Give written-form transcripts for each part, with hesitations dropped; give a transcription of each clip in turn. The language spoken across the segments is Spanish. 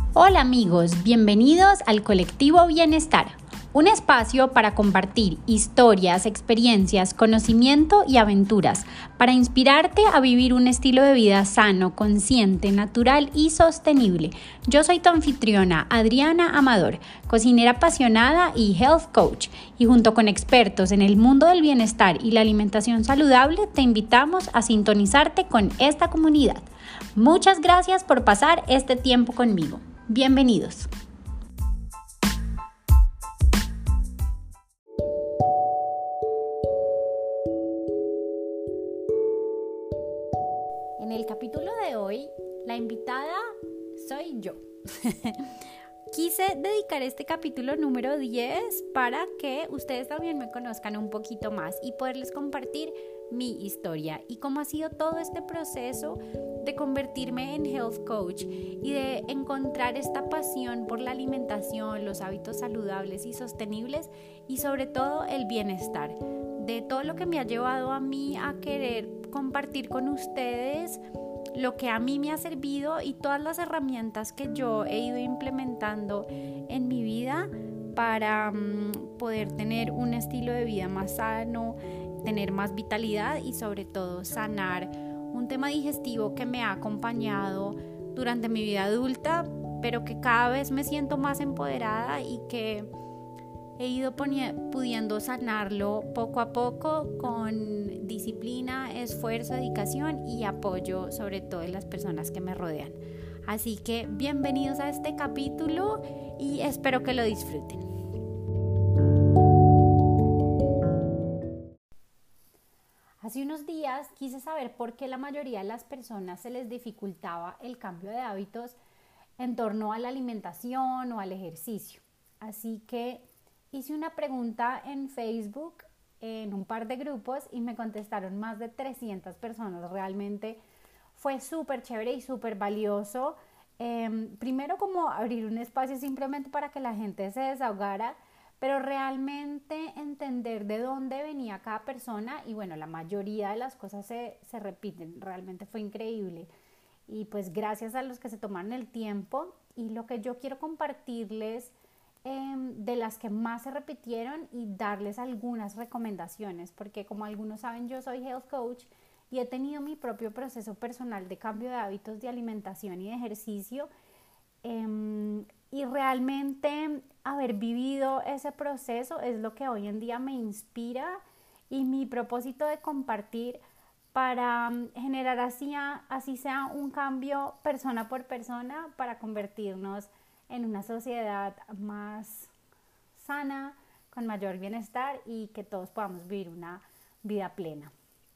Hola amigos, bienvenidos al Colectivo Bienestar, un espacio para compartir historias, experiencias, conocimiento y aventuras, para inspirarte a vivir un estilo de vida sano, consciente, natural y sostenible. Yo soy tu anfitriona, Adriana Amador, cocinera apasionada y health coach, y junto con expertos en el mundo del bienestar y la alimentación saludable, te invitamos a sintonizarte con esta comunidad. Muchas gracias por pasar este tiempo conmigo. Bienvenidos. En el capítulo de hoy, la invitada soy yo. Quise dedicar este capítulo número 10 para que ustedes también me conozcan un poquito más y poderles compartir mi historia y cómo ha sido todo este proceso de convertirme en health coach y de encontrar esta pasión por la alimentación, los hábitos saludables y sostenibles y sobre todo el bienestar, de todo lo que me ha llevado a mí a querer compartir con ustedes lo que a mí me ha servido y todas las herramientas que yo he ido implementando en mi vida para poder tener un estilo de vida más sano, tener más vitalidad y sobre todo sanar un tema digestivo que me ha acompañado durante mi vida adulta, pero que cada vez me siento más empoderada y que he ido pudiendo sanarlo poco a poco con disciplina, esfuerzo, dedicación y apoyo sobre todo de las personas que me rodean. Así que bienvenidos a este capítulo y espero que lo disfruten. Hace unos días quise saber por qué la mayoría de las personas se les dificultaba el cambio de hábitos en torno a la alimentación o al ejercicio. Así que hice una pregunta en Facebook, en un par de grupos, y me contestaron más de 300 personas. Realmente fue súper chévere y súper valioso. Primero, como abrir un espacio simplemente para que la gente se desahogara, pero realmente entender de dónde venía cada persona. Y bueno, la mayoría de las cosas se repiten. Realmente fue increíble. Y pues gracias a los que se tomaron el tiempo. Y lo que yo quiero compartirles de las que más se repitieron y darles algunas recomendaciones, porque como algunos saben, yo soy health coach y he tenido mi propio proceso personal de cambio de hábitos de alimentación y de ejercicio, y realmente haber vivido ese proceso es lo que hoy en día me inspira y mi propósito de compartir para generar así sea un cambio persona por persona para convertirnos en una sociedad más sana, con mayor bienestar y que todos podamos vivir una vida plena.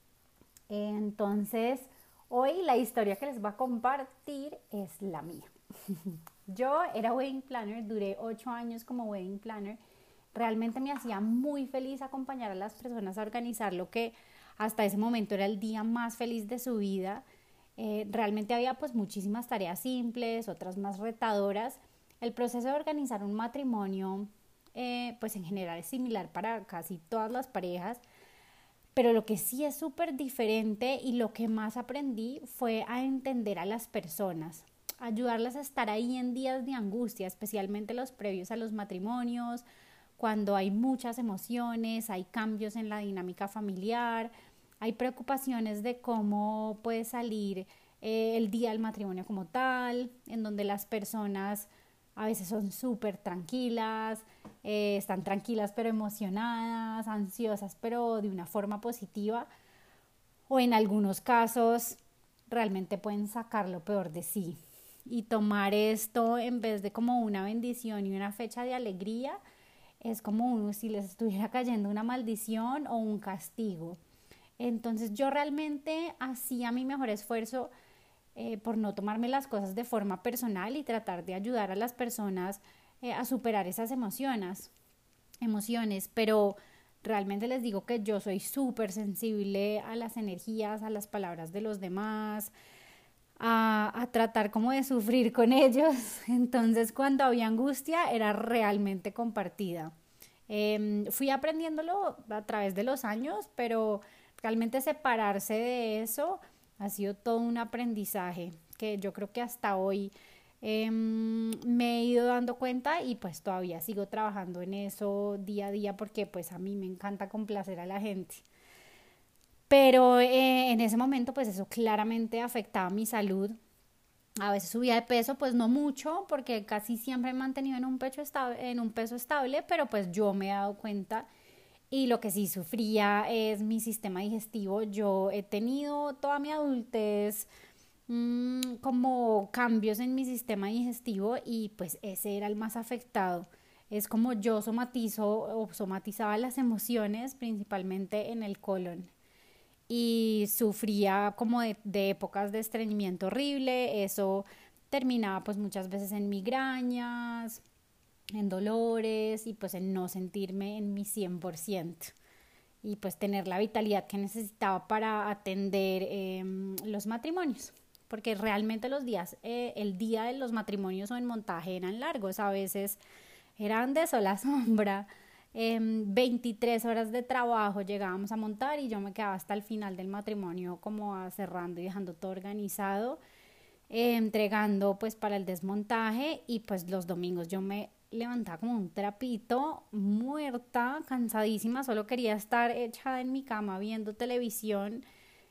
Entonces, hoy la historia que les voy a compartir es la mía. Yo era wedding planner, duré 8 años como wedding planner. Realmente me hacía muy feliz acompañar a las personas a organizar lo que hasta ese momento era el día más feliz de su vida. Realmente había pues muchísimas tareas simples, otras más retadoras. El proceso de organizar un matrimonio, pues en general es similar para casi todas las parejas, pero lo que sí es súper diferente y lo que más aprendí fue a entender a las personas, ayudarlas a estar ahí en días de angustia, especialmente los previos a los matrimonios, cuando hay muchas emociones, hay cambios en la dinámica familiar, hay preocupaciones de cómo puede salir el día del matrimonio como tal, en donde las personas a veces son súper tranquilas, están tranquilas pero emocionadas, ansiosas pero de una forma positiva, o en algunos casos realmente pueden sacar lo peor de sí y tomar esto en vez de como una bendición y una fecha de alegría, es como si les estuviera cayendo una maldición o un castigo. Entonces yo realmente hacía mi mejor esfuerzo por no tomarme las cosas de forma personal y tratar de ayudar a las personas a superar esas emociones, pero realmente les digo que yo soy súper sensible a las energías, a las palabras de los demás, a tratar como de sufrir con ellos. Entonces cuando había angustia era realmente compartida. Fui aprendiéndolo a través de los años, pero realmente separarse de eso ha sido todo un aprendizaje que yo creo que hasta hoy Me he ido dando cuenta y pues todavía sigo trabajando en eso día a día porque pues a mí me encanta complacer a la gente. Pero en ese momento pues eso claramente afectaba mi salud. A veces subía de peso, pues no mucho, porque casi siempre me he mantenido en un peso estable, pero pues yo me he dado cuenta y lo que sí sufría es mi sistema digestivo. Yo he tenido toda mi adultez como cambios en mi sistema digestivo y pues ese era el más afectado. Es como yo somatizo o somatizaba las emociones principalmente en el colon y sufría como de épocas de estreñimiento horrible. Eso terminaba pues muchas veces en migrañas, en dolores y pues en no sentirme en mi 100% y pues tener la vitalidad que necesitaba para atender los matrimonios, porque realmente el día de los matrimonios o en montaje eran largos, a veces eran de sola sombra. 23 horas de trabajo llegábamos a montar y yo me quedaba hasta el final del matrimonio como cerrando y dejando todo organizado, entregando pues para el desmontaje y pues los domingos yo me levantaba como un trapito, muerta, cansadísima, solo quería estar echada en mi cama viendo televisión,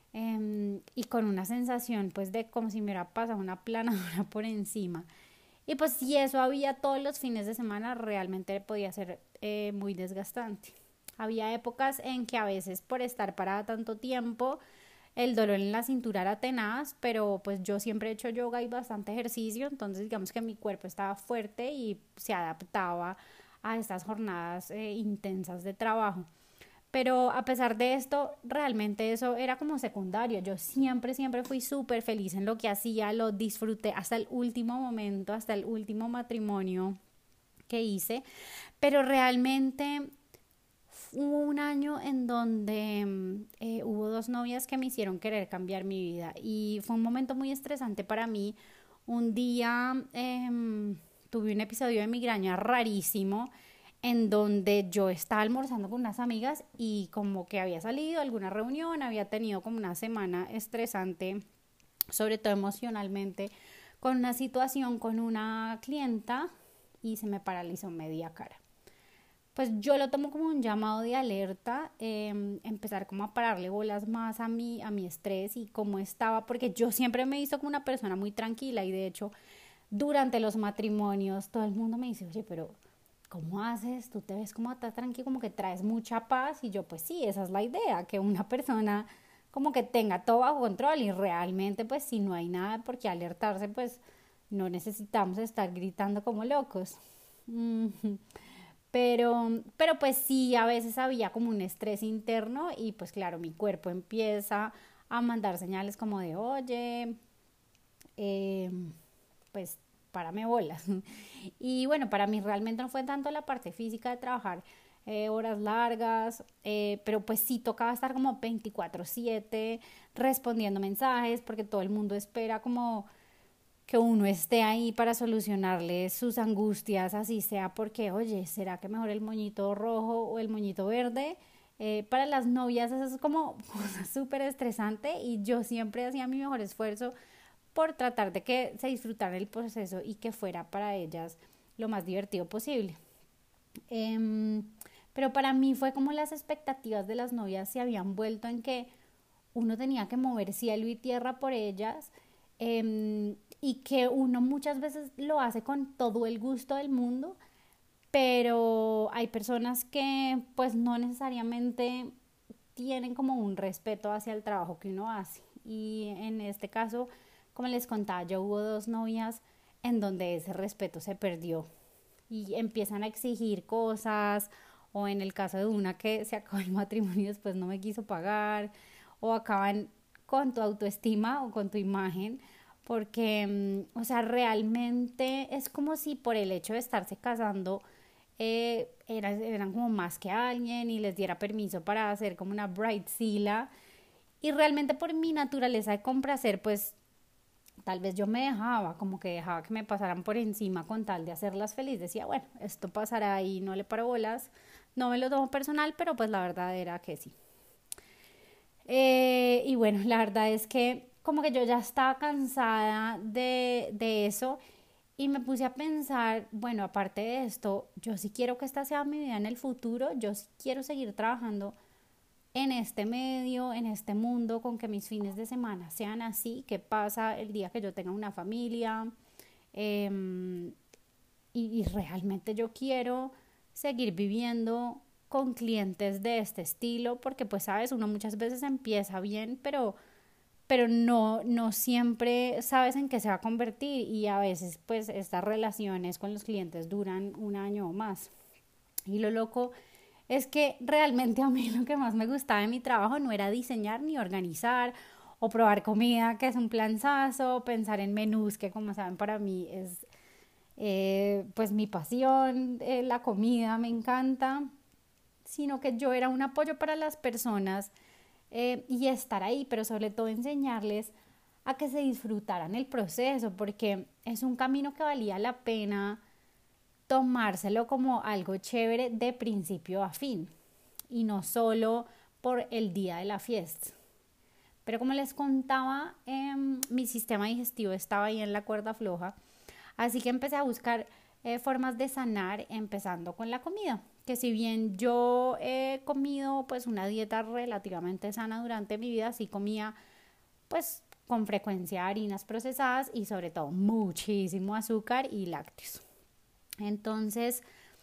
y con una sensación pues de como si me hubiera pasado una planadora por encima. Y pues si eso había todos los fines de semana, realmente podía ser muy desgastante. Había épocas en que a veces por estar parada tanto tiempo, el dolor en la cintura era tenaz, pero pues yo siempre he hecho yoga y bastante ejercicio, entonces digamos que mi cuerpo estaba fuerte y se adaptaba a estas jornadas intensas de trabajo. Pero a pesar de esto, realmente eso era como secundario. Yo siempre fui súper feliz en lo que hacía, lo disfruté hasta el último momento, hasta el último matrimonio que hice. Pero realmente hubo un año en donde hubo dos novias que me hicieron querer cambiar mi vida y fue un momento muy estresante para mí. Un día tuve un episodio de migraña rarísimo en donde yo estaba almorzando con unas amigas y como que había salido a alguna reunión, había tenido como una semana estresante, sobre todo emocionalmente, con una situación con una clienta y se me paralizó media cara. Pues yo lo tomo como un llamado de alerta, empezar como a pararle bolas más a mi estrés y cómo estaba, porque yo siempre me he visto como una persona muy tranquila y de hecho durante los matrimonios todo el mundo me dice, oye, pero ¿cómo haces? Tú te ves como estás tranquilo, como que traes mucha paz y yo pues sí, esa es la idea, que una persona como que tenga todo bajo control y realmente pues si no hay nada por qué alertarse pues no necesitamos estar gritando como locos. Pero pues sí, a veces había como un estrés interno y pues claro, mi cuerpo empieza a mandar señales como de, oye, eh, pues párame bolas. Y bueno, para mí realmente no fue tanto la parte física de trabajar horas largas, pero pues sí tocaba estar como 24/7 respondiendo mensajes porque todo el mundo espera como que uno esté ahí para solucionarle sus angustias, así sea porque, oye, ¿será que mejor el moñito rojo o el moñito verde? Para las novias eso es como cosa súper estresante y yo siempre hacía mi mejor esfuerzo por tratar de que se disfrutara el proceso y que fuera para ellas lo más divertido posible. Pero para mí fue como las expectativas de las novias se habían vuelto en que uno tenía que mover cielo y tierra por ellas, y que uno muchas veces lo hace con todo el gusto del mundo, pero hay personas que pues no necesariamente tienen como un respeto hacia el trabajo que uno hace. Y en este caso, como les contaba, yo hubo dos novias en donde ese respeto se perdió y empiezan a exigir cosas, o en el caso de una que se acabó el matrimonio y después no me quiso pagar, o acaban con tu autoestima o con tu imagen, porque, o sea, realmente es como si por el hecho de estarse casando eran como más que alguien y les diera permiso para hacer como una bridezilla. Y realmente por mi naturaleza de complacer, pues tal vez yo me dejaba, como que dejaba que me pasaran por encima con tal de hacerlas feliz. Decía, bueno, esto pasará y no le paro bolas, no me lo tomo personal, pero pues la verdad era que sí. Y bueno, la verdad es que como que yo ya estaba cansada de eso Y me puse a pensar, bueno, aparte de esto, yo sí quiero que esta sea mi vida en el futuro, yo sí quiero seguir trabajando en este medio, en este mundo, con que mis fines de semana sean así. ¿Qué pasa el día que yo tenga una familia? Em, y realmente yo quiero seguir viviendo con clientes de este estilo, porque pues sabes, uno muchas veces empieza bien, pero no siempre sabes en qué se va a convertir, y a veces pues estas relaciones con los clientes duran un año o más. Y lo loco es que realmente a mí lo que más me gustaba de mi trabajo no era diseñar ni organizar o probar comida, que es un planzazo, pensar en menús, que como saben para mí es pues mi pasión, la comida me encanta, sino que yo era un apoyo para las personas, y estar ahí, pero sobre todo enseñarles a que se disfrutaran el proceso, porque es un camino que valía la pena tomárselo como algo chévere de principio a fin y no solo por el día de la fiesta. Pero como les contaba, mi sistema digestivo estaba ahí en la cuerda floja, así que empecé a buscar formas de sanar, empezando con la comida, que si bien yo he comido pues una dieta relativamente sana durante mi vida, sí comía pues con frecuencia harinas procesadas y sobre todo muchísimo azúcar y lácteos. Entonces,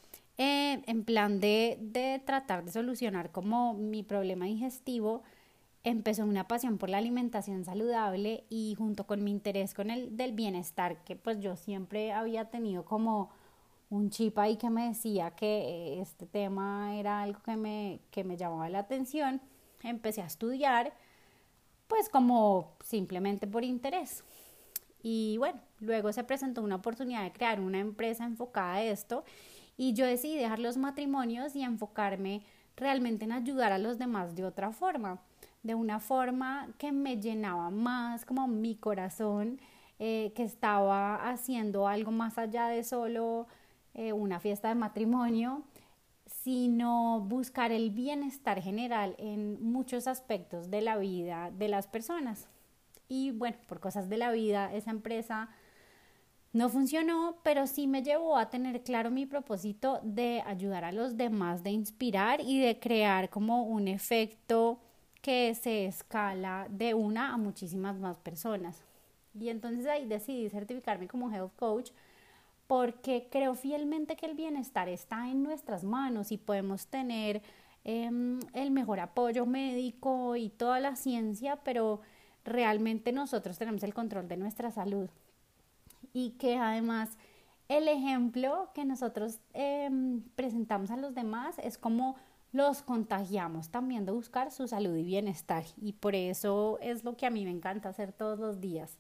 en plan de tratar de solucionar como mi problema digestivo, empezó una pasión por la alimentación saludable, y junto con mi interés con el del bienestar, que pues yo siempre había tenido como un chip ahí que me decía que este tema era algo que me llamaba la atención, empecé a estudiar pues como simplemente por interés. Y bueno, luego se presentó una oportunidad de crear una empresa enfocada a esto, y yo decidí dejar los matrimonios y enfocarme realmente en ayudar a los demás de otra forma, de una forma que me llenaba más como mi corazón, que estaba haciendo algo más allá de solo una fiesta de matrimonio, sino buscar el bienestar general en muchos aspectos de la vida de las personas. Y bueno, por cosas de la vida, esa empresa no funcionó, pero sí me llevó a tener claro mi propósito de ayudar a los demás, de inspirar y de crear como un efecto que se escala de una a muchísimas más personas. Y entonces ahí decidí certificarme como Health Coach, porque creo fielmente que el bienestar está en nuestras manos y podemos tener el mejor apoyo médico y toda la ciencia, pero realmente nosotros tenemos el control de nuestra salud, y que además el ejemplo que nosotros presentamos a los demás es como los contagiamos también de buscar su salud y bienestar, y por eso es lo que a mí me encanta hacer todos los días.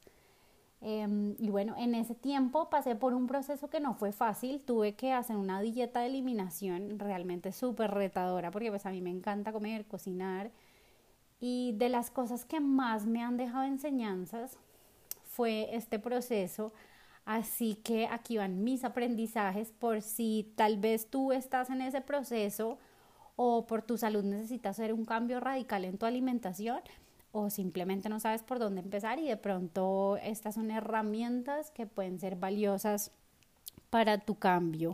Y bueno, en ese tiempo pasé por un proceso que no fue fácil, tuve que hacer una dieta de eliminación realmente súper retadora, porque pues a mí me encanta comer, cocinar, y de las cosas que más me han dejado enseñanzas fue este proceso. Así que aquí van mis aprendizajes por si tal vez tú estás en ese proceso, o por tu salud necesitas hacer un cambio radical en tu alimentación, o simplemente no sabes por dónde empezar, y de pronto estas son herramientas que pueden ser valiosas para tu cambio.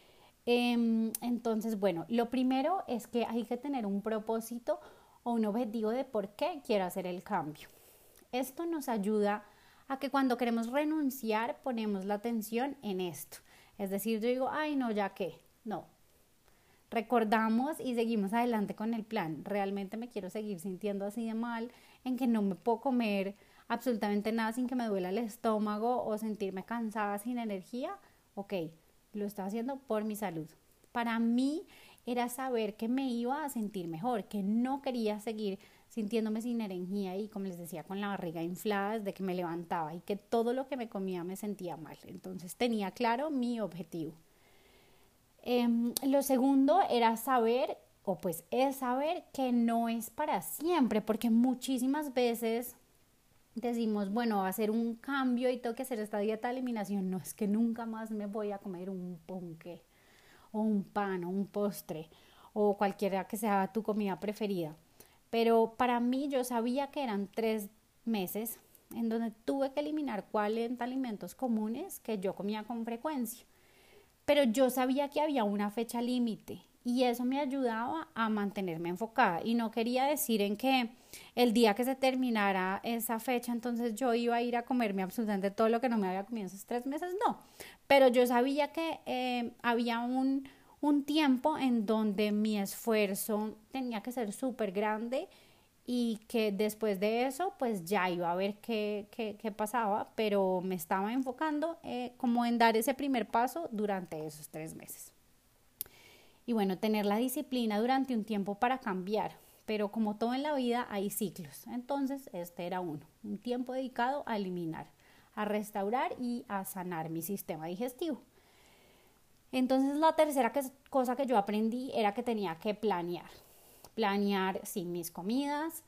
Entonces, bueno, lo primero es que hay que tener un propósito o un objetivo de por qué quiero hacer el cambio. Esto nos ayuda a que cuando queremos renunciar ponemos la atención en esto. Es decir, yo digo, ay no, ya qué, no. Recordamos y seguimos adelante con el plan. Realmente me quiero seguir sintiendo así de mal, en que no me puedo comer absolutamente nada sin que me duela el estómago o sentirme cansada sin energía. Ok, lo estoy haciendo por mi salud. Para mí era saber que me iba a sentir mejor, que no quería seguir sintiéndome sin energía y, como les decía, con la barriga inflada desde que me levantaba, y que todo lo que me comía me sentía mal. Entonces tenía claro mi objetivo. Lo segundo era saber, o pues es saber que no es para siempre, porque muchísimas veces decimos, bueno, va a hacer un cambio y tengo que hacer esta dieta de eliminación. No, es que nunca más me voy a comer un ponqué o un pan o un postre o cualquiera que sea tu comida preferida. Pero para mí yo sabía que eran 3 meses en donde tuve que eliminar 40 alimentos comunes que yo comía con frecuencia. Pero yo sabía que había una fecha límite y eso me ayudaba a mantenerme enfocada. Y no quería decir en que el día que se terminara esa fecha, entonces yo iba a ir a comerme absolutamente todo lo que no me había comido esos 3 meses, no. Pero yo sabía que había un tiempo en donde mi esfuerzo tenía que ser súper grande y que después de eso pues ya iba a ver qué pasaba, pero me estaba enfocando como en dar ese primer paso durante esos 3 meses. Y bueno, tener la disciplina durante un tiempo para cambiar, pero como todo en la vida hay ciclos, entonces este era un tiempo dedicado a eliminar, a restaurar y a sanar mi sistema digestivo. Entonces la tercera cosa que yo aprendí era que tenía que planear sí, mis comidas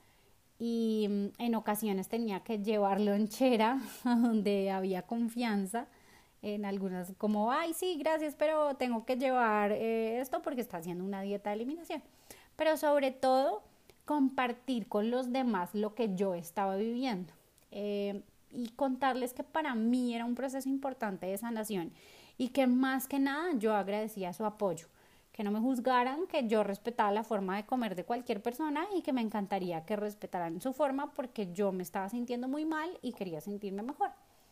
y en ocasiones tenía que llevar lonchera a donde había confianza, en algunas como, ay sí, gracias, pero tengo que llevar esto porque está haciendo una dieta de eliminación. Pero sobre todo compartir con los demás lo que yo estaba viviendo y contarles que para mí era un proceso importante de sanación y que más que nada yo agradecía su apoyo, que no me juzgaran, que yo respetaba la forma de comer de cualquier persona y que me encantaría que respetaran su forma porque yo me estaba sintiendo muy mal y quería sentirme mejor.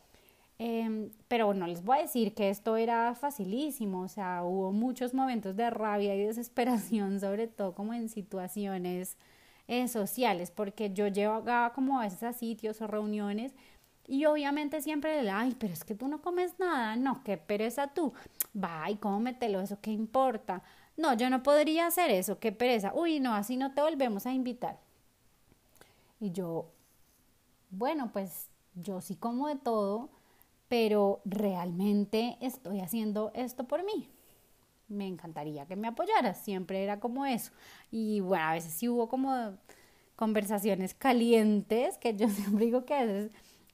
Pero no les voy a decir que esto era facilísimo, o sea, hubo muchos momentos de rabia y desesperación, sobre todo como en situaciones sociales, porque yo llegaba como a veces a sitios o reuniones y obviamente siempre le ay, pero es que tú no comes nada, no, qué pereza tú, va y cómetelo, eso qué importa, no, yo no podría hacer eso, qué pereza, uy, no, así no te volvemos a invitar. Y yo, bueno, pues yo sí como de todo, pero realmente estoy haciendo esto por mí. Me encantaría que me apoyaras, siempre era como eso. Y bueno, a veces sí hubo como conversaciones calientes, que yo siempre digo que a veces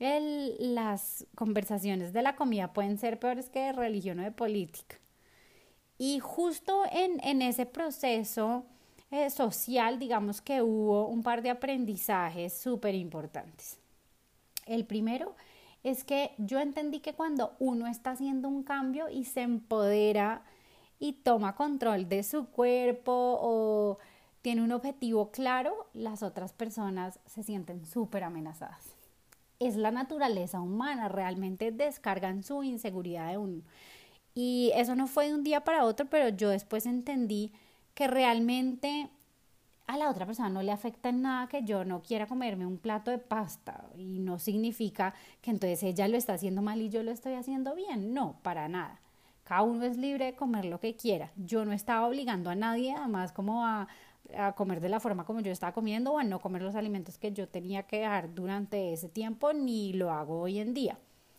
las conversaciones de la comida pueden ser peores que de religión o de política. Y justo en ese proceso social, digamos que hubo un par de aprendizajes súper importantes. El primero es que yo entendí que cuando uno está haciendo un cambio y se empodera y toma control de su cuerpo o tiene un objetivo claro, las otras personas se sienten súper amenazadas. Es la naturaleza humana, realmente descargan su inseguridad de uno. Y eso no fue de un día para otro, pero yo después entendí que realmente a la otra persona no le afecta en nada que yo no quiera comerme un plato de pasta y no significa que entonces ella lo está haciendo mal y yo lo estoy haciendo bien, no, para nada. Cada uno es libre de comer lo que quiera. Yo no estaba obligando a nadie, además como a comer de la forma como yo estaba comiendo o a no comer los alimentos que yo tenía que dejar durante ese tiempo, ni lo hago hoy en día.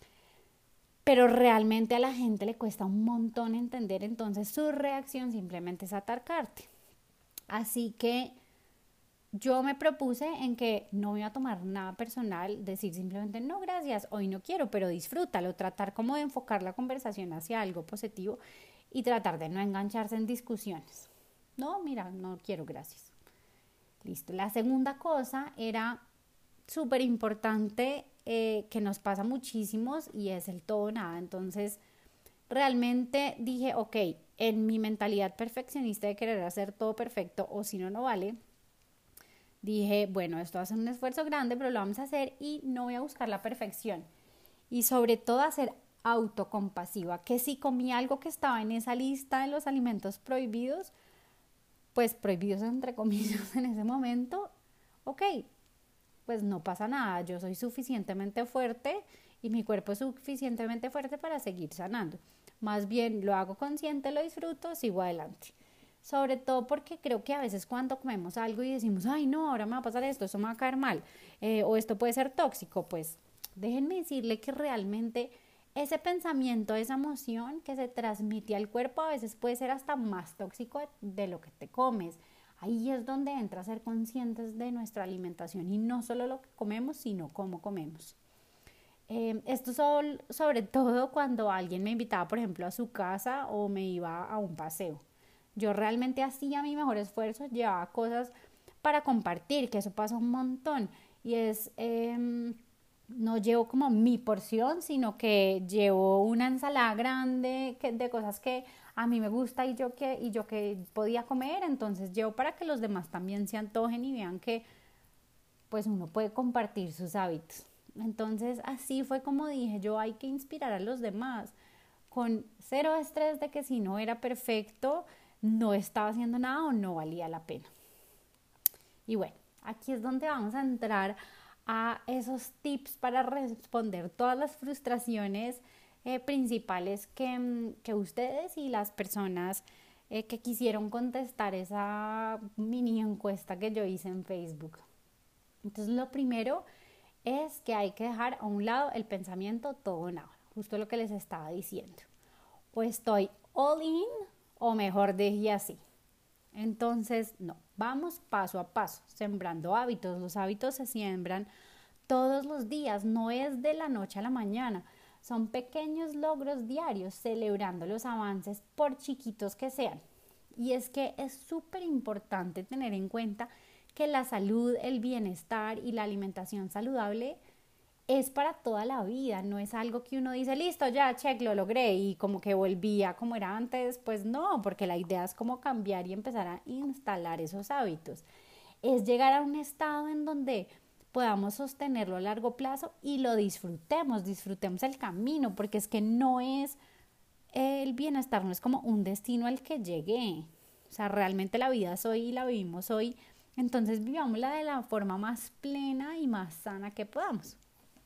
Pero realmente a la gente le cuesta un montón entender, entonces su reacción simplemente es atacarte. Así que yo me propuse en que no voy a tomar nada personal, decir simplemente no, gracias, hoy no quiero, pero disfrútalo, tratar como de enfocar la conversación hacia algo positivo y tratar de no engancharse en discusiones. No, mira, no quiero, gracias. Listo. La segunda cosa era súper importante que nos pasa muchísimos y es el todo o nada. Entonces, realmente dije, ok, en mi mentalidad perfeccionista de querer hacer todo perfecto o si no, no vale, dije, bueno, esto va a ser un esfuerzo grande, pero lo vamos a hacer y no voy a buscar la perfección. Y sobre todo a ser autocompasiva, que si comí algo que estaba en esa lista de los alimentos prohibidos, pues prohibidos entre comillas en ese momento, ok, pues no pasa nada, yo soy suficientemente fuerte y mi cuerpo es suficientemente fuerte para seguir sanando. Más bien lo hago consciente, lo disfruto, sigo adelante. Sobre todo porque creo que a veces cuando comemos algo y decimos, ay no, ahora me va a pasar esto, eso me va a caer mal, o esto puede ser tóxico, pues déjenme decirle que realmente ese pensamiento, esa emoción que se transmite al cuerpo a veces puede ser hasta más tóxico de lo que te comes. Ahí es donde entra a ser conscientes de nuestra alimentación y no solo lo que comemos, sino cómo comemos. Esto sobre todo cuando alguien me invitaba, por ejemplo, a su casa o me iba a un paseo. Yo realmente hacía mi mejor esfuerzo, llevaba cosas para compartir, que eso pasa un montón. Y es no llevo como mi porción, sino que llevo una ensalada grande de cosas que a mí me gusta y yo que podía comer, entonces llevo para que los demás también se antojen y vean que pues uno puede compartir sus hábitos. Entonces así fue como dije, yo hay que inspirar a los demás con cero estrés de que si no era perfecto, no estaba haciendo nada o no valía la pena. Y bueno, aquí es donde vamos a entrar a esos tips para responder todas las frustraciones principales que ustedes y las personas que quisieron contestar esa mini encuesta que yo hice en Facebook. Entonces lo primero es que hay que dejar a un lado el pensamiento todo o nada, justo lo que les estaba diciendo. O estoy all in o mejor dejé así. Entonces, no, vamos paso a paso, sembrando hábitos. Los hábitos se siembran todos los días, no es de la noche a la mañana. Son pequeños logros diarios, celebrando los avances por chiquitos que sean. Y es que es súper importante tener en cuenta que la salud, el bienestar y la alimentación saludable es para toda la vida, no es algo que uno dice, listo, ya, check, lo logré y como que volvía como era antes, pues no, porque la idea es como cambiar y empezar a instalar esos hábitos. Es llegar a un estado en donde podamos sostenerlo a largo plazo y lo disfrutemos, disfrutemos el camino, porque es que no es el bienestar, no es como un destino al que llegué. O sea, realmente la vida es hoy y la vivimos hoy, entonces vivámosla de la forma más plena y más sana que podamos.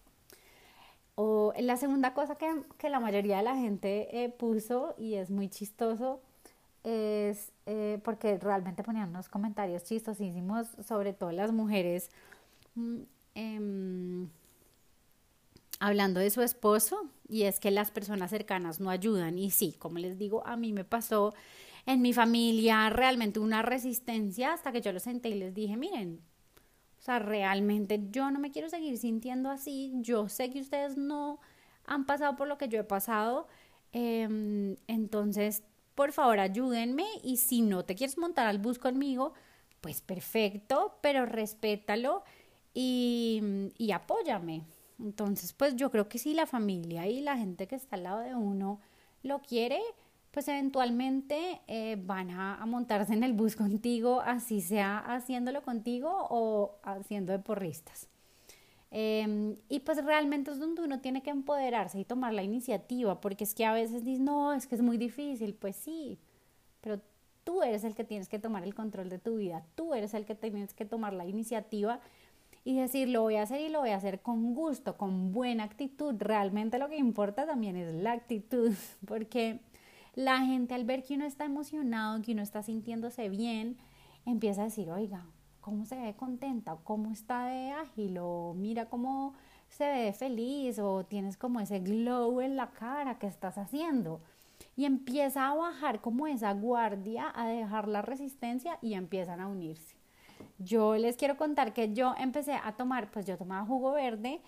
O la segunda cosa que la mayoría de la gente puso, y es muy chistoso, es porque realmente ponían unos comentarios chistosísimos, sobre todo las mujeres, mm, em, hablando de su esposo, y es que las personas cercanas no ayudan. Y sí, como les digo, a mí me pasó en mi familia realmente una resistencia hasta que yo los senté y les dije, miren, o sea, realmente yo no me quiero seguir sintiendo así. Yo sé que ustedes no han pasado por lo que yo he pasado. Entonces, por favor, ayúdenme. Y si no te quieres montar al bus conmigo, pues perfecto, pero respétalo y apóyame. Entonces, pues yo creo que si la familia y la gente que está al lado de uno lo quiere, pues eventualmente van a montarse en el bus contigo, así sea haciéndolo contigo o haciendo de porristas. Y pues realmente es donde uno tiene que empoderarse y tomar la iniciativa, porque es que a veces dices, no, es que es muy difícil, pues sí, pero tú eres el que tienes que tomar el control de tu vida, tú eres el que tienes que tomar la iniciativa y decir, lo voy a hacer y lo voy a hacer con gusto, con buena actitud. Realmente lo que importa también es la actitud, porque la gente al ver que uno está emocionado, que uno está sintiéndose bien, empieza a decir, oiga, ¿cómo se ve contenta? ¿O cómo está de ágil? ¿O mira cómo se ve feliz? ¿O tienes como ese glow en la cara que estás haciendo? Y empieza a bajar como esa guardia, a dejar la resistencia y empiezan a unirse. Yo les quiero contar que yo empecé a tomar, pues yo tomaba jugo verde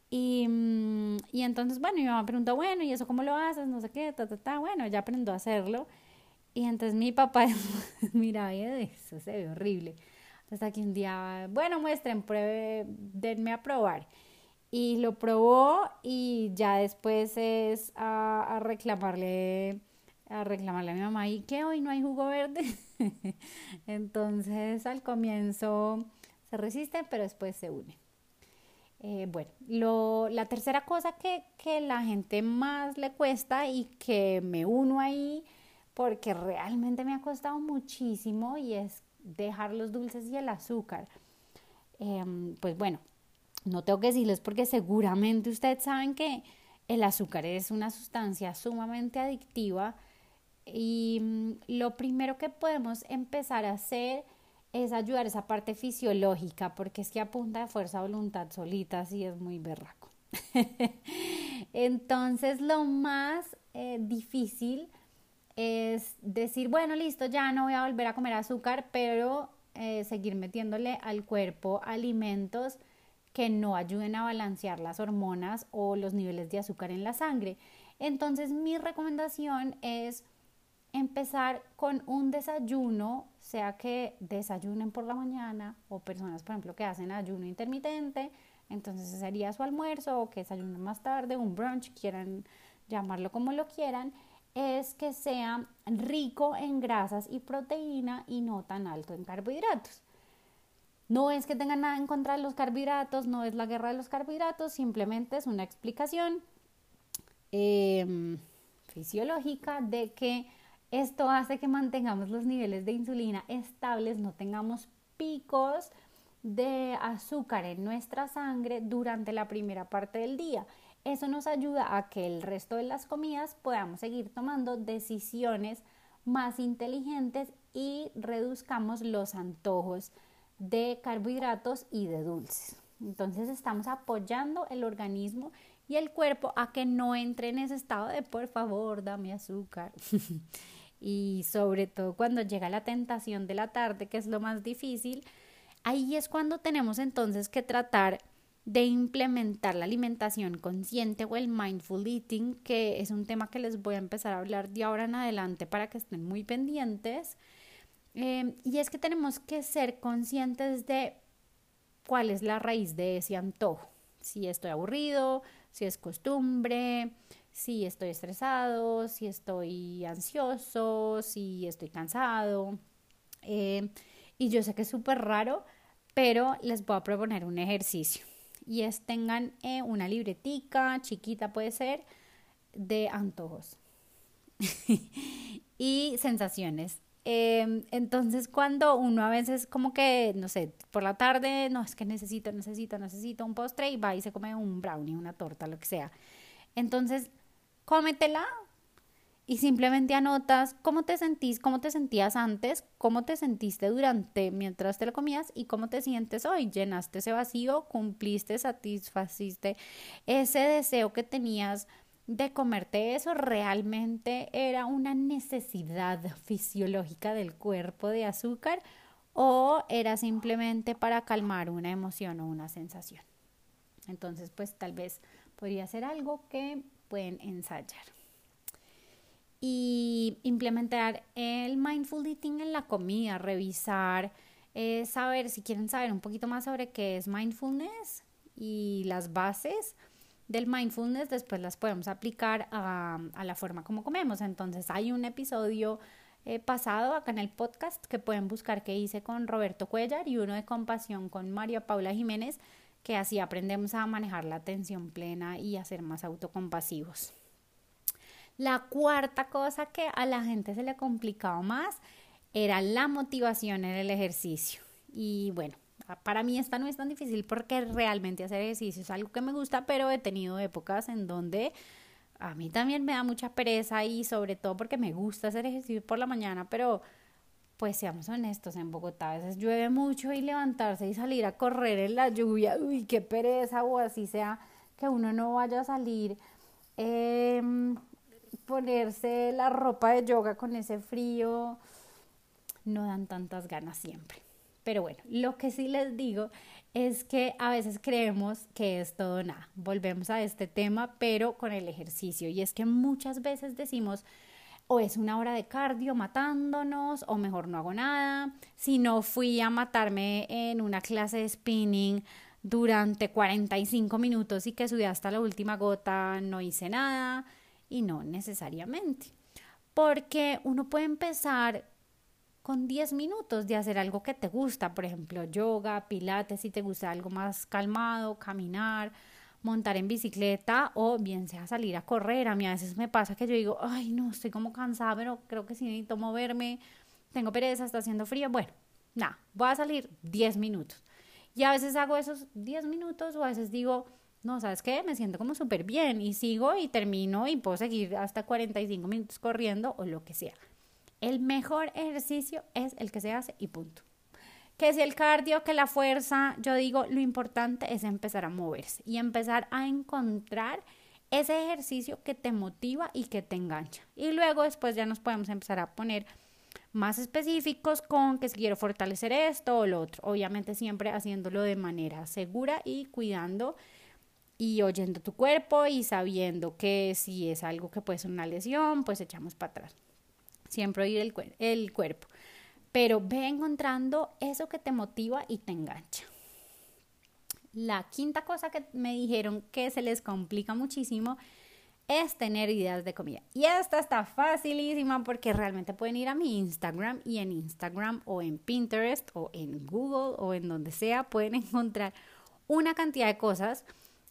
y entonces, bueno, mi mamá preguntó, bueno, ¿y eso cómo lo haces? No sé qué, bueno, ya aprendió a hacerlo. Y entonces mi papá, mira, eso se ve horrible. Hasta que un día, bueno, muestren, pruebe, denme a probar. Y lo probó y ya después es a reclamarle a mi mamá, ¿y qué? ¿Hoy no hay jugo verde? Entonces al comienzo se resiste, pero después se une. Bueno, la tercera cosa que la gente más le cuesta y que me uno ahí porque realmente me ha costado muchísimo y es dejar los dulces y el azúcar. Pues bueno, no tengo que decirles porque seguramente ustedes saben que el azúcar es una sustancia sumamente adictiva y lo primero que podemos empezar a hacer es ayudar esa parte fisiológica, porque es que a punta de fuerza de voluntad solita sí es muy berraco. Entonces lo más difícil es decir, bueno, listo, ya no voy a volver a comer azúcar, pero seguir metiéndole al cuerpo alimentos que no ayuden a balancear las hormonas o los niveles de azúcar en la sangre. Entonces mi recomendación es empezar con un desayuno, sea que desayunen por la mañana o personas, por ejemplo, que hacen ayuno intermitente, Entonces ese sería su almuerzo o que desayunen más tarde, un brunch, quieran llamarlo como lo quieran, es que sea rico en grasas y proteína y no tan alto en carbohidratos. No es que tengan nada en contra de los carbohidratos, no es la guerra de los carbohidratos, simplemente es una explicación fisiológica de que esto hace que mantengamos los niveles de insulina estables, no tengamos picos de azúcar en nuestra sangre durante la primera parte del día. Eso nos ayuda a que el resto de las comidas podamos seguir tomando decisiones más inteligentes y reduzcamos los antojos de carbohidratos y de dulces. Entonces estamos apoyando el organismo y el cuerpo a que no entre en ese estado de por favor, dame azúcar. Y sobre todo cuando llega la tentación de la tarde, que es lo más difícil, ahí es cuando tenemos entonces que tratar de implementar la alimentación consciente o el mindful eating, que es un tema que les voy a empezar a hablar de ahora en adelante para que estén muy pendientes. Y es que tenemos que ser conscientes de cuál es la raíz de ese antojo. Si estoy aburrido, si es costumbre, si estoy estresado, si estoy ansioso, si estoy cansado. Y yo sé que es súper raro, pero les voy a proponer un ejercicio. Y es tengan una libretica chiquita, puede ser, de antojos y sensaciones. Entonces cuando uno a veces como que, no sé, por la tarde, no, es que necesito un postre y va y se come un brownie, una torta, lo que sea. Entonces, cómetela y simplemente anotas cómo te sentís, cómo te sentías antes, cómo te sentiste mientras te lo comías y cómo te sientes hoy. Llenaste ese vacío, cumpliste, satisfaciste ese deseo que tenías de comerte eso, realmente era una necesidad fisiológica del cuerpo de azúcar o era simplemente para calmar una emoción o una sensación. Entonces, pues tal vez podría ser algo que pueden ensayar. Y implementar el mindful eating en la comida, revisar, saber, si quieren saber un poquito más sobre qué es mindfulness y las bases del mindfulness, después las podemos aplicar a la forma como comemos. Entonces hay un episodio pasado acá en el podcast que pueden buscar que hice con Roberto Cuellar y uno de compasión con María Paula Jiménez, que así aprendemos a manejar la atención plena y a ser más autocompasivos. La cuarta cosa que a la gente se le complicaba más era la motivación en el ejercicio. Y bueno, para mí esta no es tan difícil porque realmente hacer ejercicio es algo que me gusta, pero he tenido épocas en donde a mí también me da mucha pereza y sobre todo porque me gusta hacer ejercicio por la mañana, pero pues seamos honestos, en Bogotá a veces llueve mucho y levantarse y salir a correr en la lluvia, uy, qué pereza, o así sea que uno no vaya a salir, ponerse la ropa de yoga con ese frío, no dan tantas ganas siempre. Pero bueno, lo que sí les digo es que a veces creemos que es todo nada. Volvemos a este tema, pero con el ejercicio. Y es que muchas veces decimos, o es una hora de cardio matándonos, o mejor no hago nada. Si no fui a matarme en una clase de spinning durante 45 minutos y que subí hasta la última gota, no hice nada. Y no necesariamente. Porque uno puede empezar con 10 minutos de hacer algo que te gusta, por ejemplo, yoga, pilates, si te gusta algo más calmado, caminar, montar en bicicleta o bien sea salir a correr. A mí a veces me pasa que yo digo, ay no, estoy como cansada, pero creo que sí necesito moverme, tengo pereza, está haciendo frío, bueno, nada, voy a salir 10 minutos. Y a veces hago esos 10 minutos o a veces digo, no, ¿sabes qué? Me siento como súper bien y sigo y termino y puedo seguir hasta 45 minutos corriendo o lo que sea. El mejor ejercicio es el que se hace y punto. Que si el cardio, que la fuerza, yo digo, lo importante es empezar a moverse y empezar a encontrar ese ejercicio que te motiva y que te engancha. Y luego después ya nos podemos empezar a poner más específicos con que si quiero fortalecer esto o lo otro. Obviamente siempre haciéndolo de manera segura y cuidando y oyendo tu cuerpo y sabiendo que si es algo que puede ser una lesión, pues echamos para atrás. Siempre oír el cuerpo. Pero ve encontrando eso que te motiva y te engancha. La quinta cosa que me dijeron que se les complica muchísimo es tener ideas de comida. Y esta está facilísima porque realmente pueden ir a mi Instagram y en Instagram o en Pinterest o en Google o en donde sea pueden encontrar una cantidad de cosas.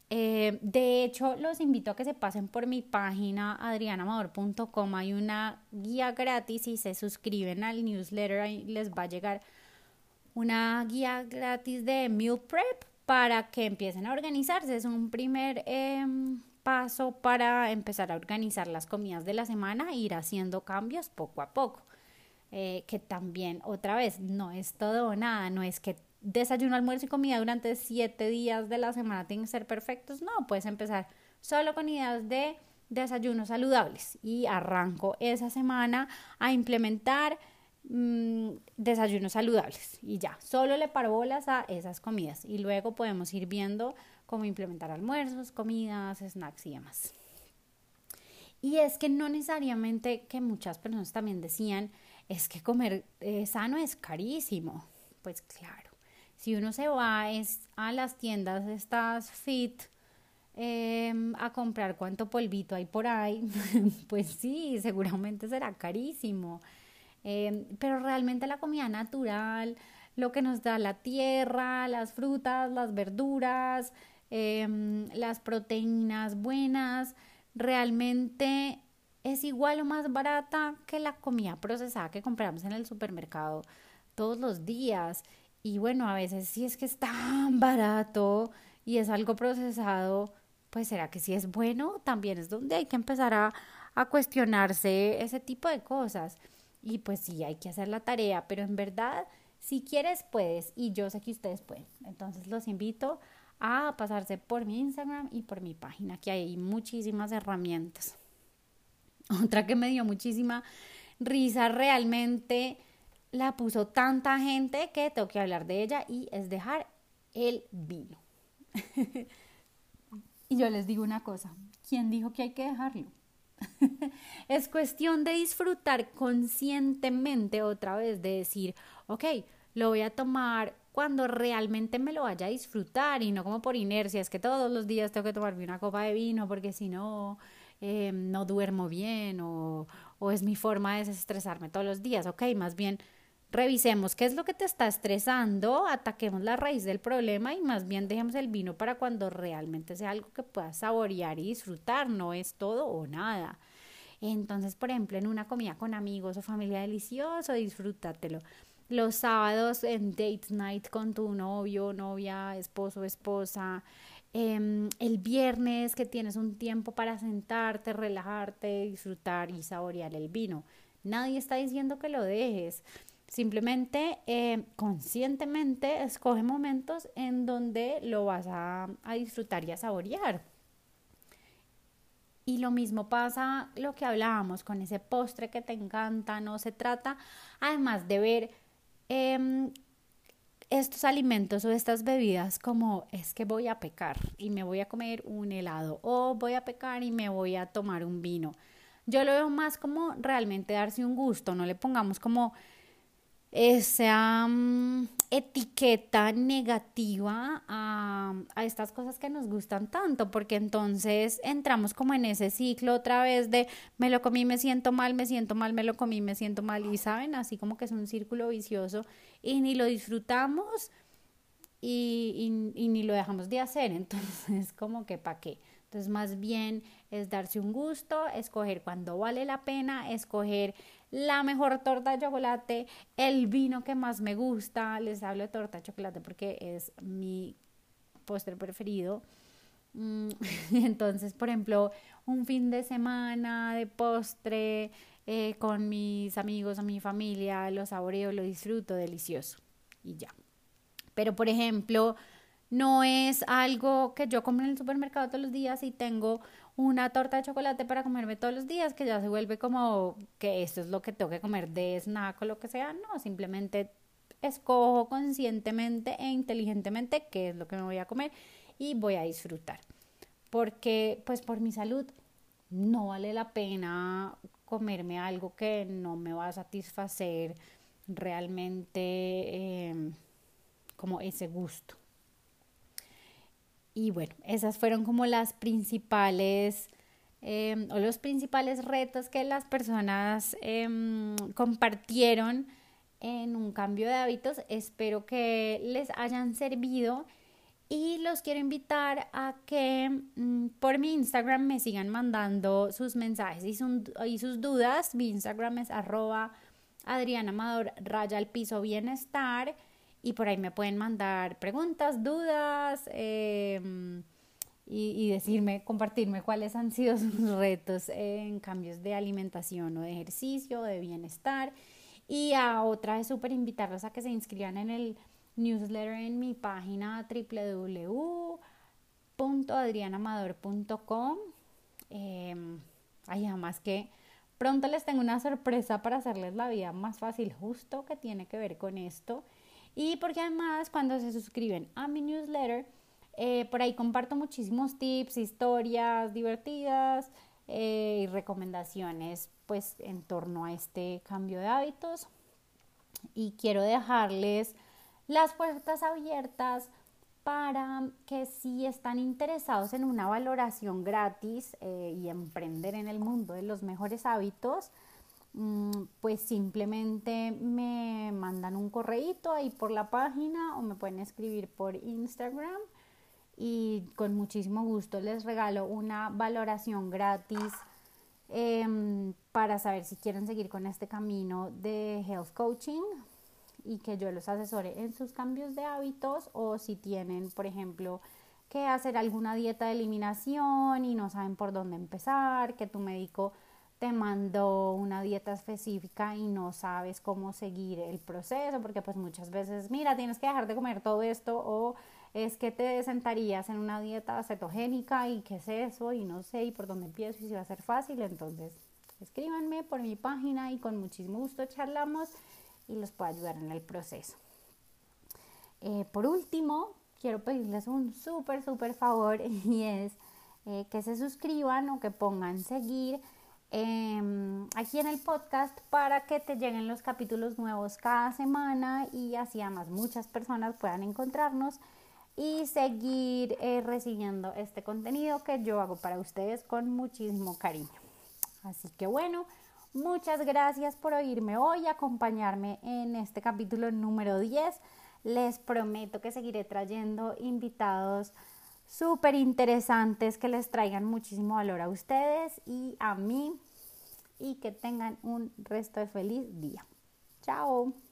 De hecho, los invito a que se pasen por mi página adrianamador.com. Hay una guía gratis y se suscriben al newsletter. Ahí les va a llegar una guía gratis de meal prep para que empiecen a organizarse. Es un primer paso para empezar a organizar las comidas de la semana e ir haciendo cambios poco a poco. Que también, otra vez, no es todo o nada, no es que desayuno, almuerzo y comida durante 7 días de la semana tienen que ser perfectos. No, puedes empezar solo con ideas de desayunos saludables y arranco esa semana a implementar desayunos saludables y ya, solo le paro bolas a esas comidas y luego podemos ir viendo cómo implementar almuerzos, comidas, snacks y demás. Y es que no necesariamente, que muchas personas también decían, es que comer sano es carísimo. Pues claro, si uno se va a las tiendas estas fit a comprar cuánto polvito hay por ahí, pues sí, seguramente será carísimo. Pero realmente la comida natural, lo que nos da la tierra, las frutas, las verduras, las proteínas buenas, realmente es igual o más barata que la comida procesada que compramos en el supermercado todos los días. Y bueno, a veces si es que es tan barato y es algo procesado, pues será que si es bueno, también es donde hay que empezar a cuestionarse ese tipo de cosas. Y pues sí, hay que hacer la tarea, pero en verdad, si quieres, puedes. Y yo sé que ustedes pueden. Entonces los invito a pasarse por mi Instagram y por mi página, que hay muchísimas herramientas. Otra que me dio muchísima risa, realmente la puso tanta gente que tengo que hablar de ella, y es dejar el vino. Y yo les digo una cosa, ¿quién dijo que hay que dejarlo? Es cuestión de disfrutar conscientemente, otra vez, de decir, ok, lo voy a tomar cuando realmente me lo vaya a disfrutar y no como por inercia, es que todos los días tengo que tomarme una copa de vino porque si no, no duermo bien o es mi forma de desestresarme todos los días. Ok, más bien revisemos qué es lo que te está estresando, ataquemos la raíz del problema y más bien dejemos el vino para cuando realmente sea algo que puedas saborear y disfrutar, no es todo o nada. Entonces, por ejemplo, en una comida con amigos o familia delicioso, disfrútatelo. Los sábados en date night con tu novio, novia, esposo, esposa. El viernes que tienes un tiempo para sentarte, relajarte, disfrutar y saborear el vino. Nadie está diciendo que lo dejes. Simplemente, conscientemente, escoge momentos en donde lo vas a disfrutar y a saborear. Y lo mismo pasa lo que hablábamos con ese postre que te encanta. No se trata, además de ver estos alimentos o estas bebidas como es que voy a pecar y me voy a comer un helado o voy a pecar y me voy a tomar un vino. Yo lo veo más como realmente darse un gusto, no le pongamos como esa etiqueta negativa a estas cosas que nos gustan tanto, porque entonces entramos como en ese ciclo otra vez de me lo comí, me siento mal, me siento mal, me lo comí, me siento mal, y saben, así como que es un círculo vicioso y ni lo disfrutamos y ni lo dejamos de hacer. Entonces como que ¿para qué? Entonces más bien es darse un gusto, escoger cuando vale la pena, escoger la mejor torta de chocolate, el vino que más me gusta. Les hablo de torta de chocolate porque es mi postre preferido. Entonces, por ejemplo, un fin de semana de postre con mis amigos o mi familia, lo saboreo, lo disfruto, delicioso y ya. Pero, por ejemplo, no es algo que yo compro en el supermercado todos los días y tengo una torta de chocolate para comerme todos los días, que ya se vuelve como que esto es lo que tengo que comer de snack o lo que sea. No, simplemente escojo conscientemente e inteligentemente qué es lo que me voy a comer y voy a disfrutar. Porque, pues por mi salud, no vale la pena comerme algo que no me va a satisfacer realmente como ese gusto. Y bueno, esas fueron como las principales o los principales retos que las personas compartieron en un cambio de hábitos. Espero que les hayan servido y los quiero invitar a que por mi Instagram me sigan mandando sus mensajes y sus dudas. Mi Instagram es @AdrianaAmador_bienestar y por ahí me pueden mandar preguntas, dudas y decirme, compartirme cuáles han sido sus retos en cambios de alimentación o de ejercicio o de bienestar. Y a otra vez súper invitarlos a que se inscriban en el newsletter en mi página www.adrianamador.com. Además que pronto les tengo una sorpresa para hacerles la vida más fácil, justo que tiene que ver con esto. Y porque además cuando se suscriben a mi newsletter, por ahí comparto muchísimos tips, historias divertidas y recomendaciones pues en torno a este cambio de hábitos. Y quiero dejarles las puertas abiertas para que si están interesados en una valoración gratis y emprender en el mundo de los mejores hábitos, pues simplemente me mandan un correíto ahí por la página o me pueden escribir por Instagram y con muchísimo gusto les regalo una valoración gratis para saber si quieren seguir con este camino de health coaching y que yo los asesore en sus cambios de hábitos, o si tienen, por ejemplo, que hacer alguna dieta de eliminación y no saben por dónde empezar, que tu médico te mandó una dieta específica y no sabes cómo seguir el proceso, porque pues muchas veces, mira, tienes que dejar de comer todo esto, o es que te sentarías en una dieta cetogénica y qué es eso y no sé y por dónde empiezo y si va a ser fácil. Entonces escríbanme por mi página y con muchísimo gusto charlamos y los puedo ayudar en el proceso. Por último, quiero pedirles un súper favor y es que se suscriban o que pongan seguir aquí en el podcast para que te lleguen los capítulos nuevos cada semana y así además muchas personas puedan encontrarnos y seguir recibiendo este contenido que yo hago para ustedes con muchísimo cariño. Así que bueno, muchas gracias por oírme hoy y acompañarme en este capítulo número 10. Les prometo que seguiré trayendo invitados súper interesantes que les traigan muchísimo valor a ustedes y a mí, y que tengan un resto de feliz día. Chao.